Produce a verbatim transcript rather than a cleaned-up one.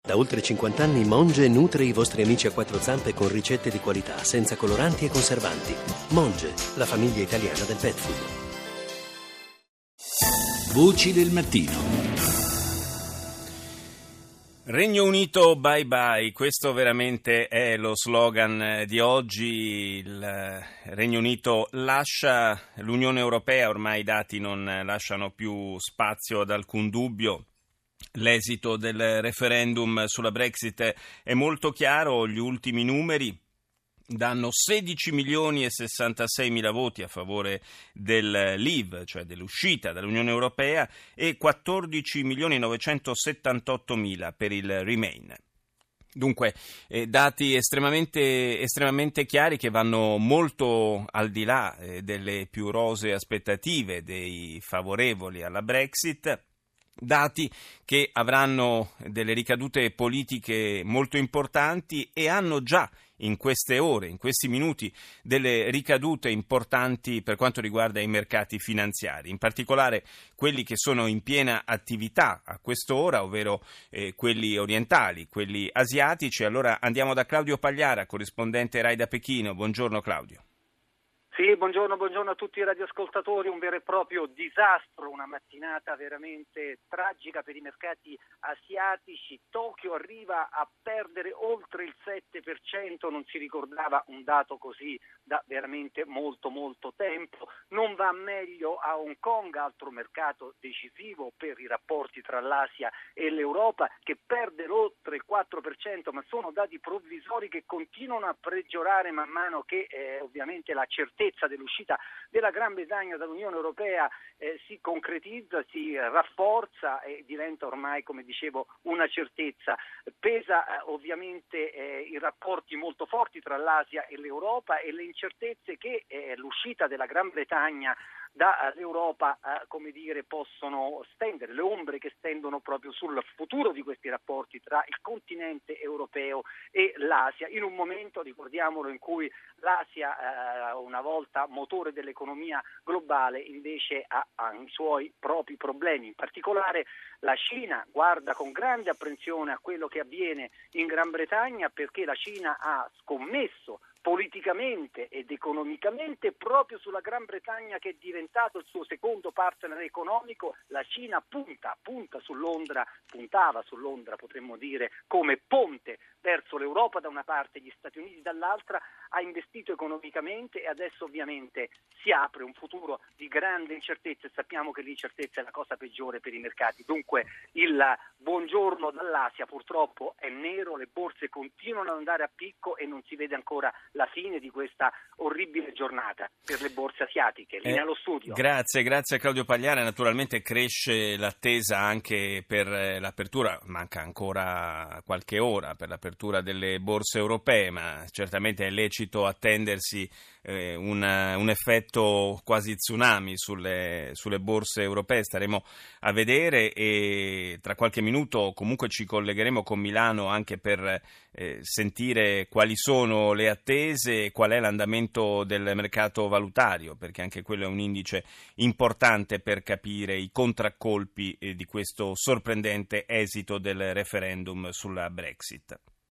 Da oltre cinquanta anni Monge nutre i vostri amici a quattro zampe con ricette di qualità, senza coloranti e conservanti. Monge, la famiglia italiana del pet food. Voci del mattino. Regno Unito bye bye, questo veramente è lo slogan di oggi. Il Regno Unito lascia l'Unione Europea, ormai i dati non lasciano più spazio ad alcun dubbio. L'esito del referendum sulla Brexit è molto chiaro, gli ultimi numeri danno sedici milioni e sessantasei mila voti a favore del Leave, cioè dell'uscita dall'Unione Europea, e quattordici milioni novecentosettantotto mila per il Remain. Dunque, eh, dati estremamente, estremamente chiari che vanno molto al di là eh, delle più rosee aspettative dei favorevoli alla Brexit. Dati che avranno delle ricadute politiche molto importanti e hanno già in queste ore, in questi minuti, delle ricadute importanti per quanto riguarda i mercati finanziari, in particolare quelli che sono in piena attività a quest'ora, ovvero eh, quelli orientali, quelli asiatici. Allora andiamo da Claudio Pagliara, corrispondente Rai da Pechino. Buongiorno Claudio. Sì, buongiorno, buongiorno a tutti i radioascoltatori. Un vero e proprio disastro, una mattinata veramente tragica per i mercati asiatici. Tokyo arriva a perdere oltre il sette per cento, non si ricordava un dato così da veramente molto molto tempo. Non va meglio a Hong Kong, altro mercato decisivo per i rapporti tra l'Asia e l'Europa, che perde oltre il quattro per cento, ma sono dati provvisori che continuano a peggiorare man mano che eh, ovviamente la certezza dell'uscita della Gran Bretagna dall'Unione Europea eh, si concretizza, si rafforza e diventa ormai, come dicevo, una certezza. Pesa eh, ovviamente eh, i rapporti molto forti tra l'Asia e l'Europa e le incertezze che eh, l'uscita della Gran Bretagna dall'Europa eh, come dire, possono stendere, le ombre che stendono proprio sul futuro di questi rapporti tra il continente europeo e l'Asia, in un momento, ricordiamolo, in cui l'Asia, eh, una volta motore dell'economia globale, invece ha, ha i suoi propri problemi. In particolare la Cina guarda con grande apprensione a quello che avviene in Gran Bretagna, perché la Cina ha scommesso politicamente ed economicamente proprio sulla Gran Bretagna, che è diventato il suo secondo partner economico. La Cina punta, punta su Londra, puntava su Londra, potremmo dire, come ponte verso l'Europa da una parte, gli Stati Uniti dall'altra, ha investito economicamente e adesso ovviamente si apre un futuro di grande incertezza e sappiamo che l'incertezza è la cosa peggiore per i mercati. Dunque il buongiorno dall'Asia purtroppo è nero, le borse continuano ad andare a picco e non si vede ancora la fine di questa orribile giornata per le borse asiatiche. Linea allo studio. Grazie, grazie a Claudio Pagliara. Naturalmente cresce l'attesa anche per l'apertura, manca ancora qualche ora per l'apertura delle borse europee, ma certamente è lecito attendersi eh, un, un effetto quasi tsunami sulle, sulle borse europee. Staremo a vedere e tra qualche minuto comunque ci collegheremo con Milano anche per eh, sentire quali sono le attese e qual è l'andamento del mercato valutario, perché anche quello è un indice importante per capire i contraccolpi eh, di questo sorprendente esito del referendum sulla Brexit.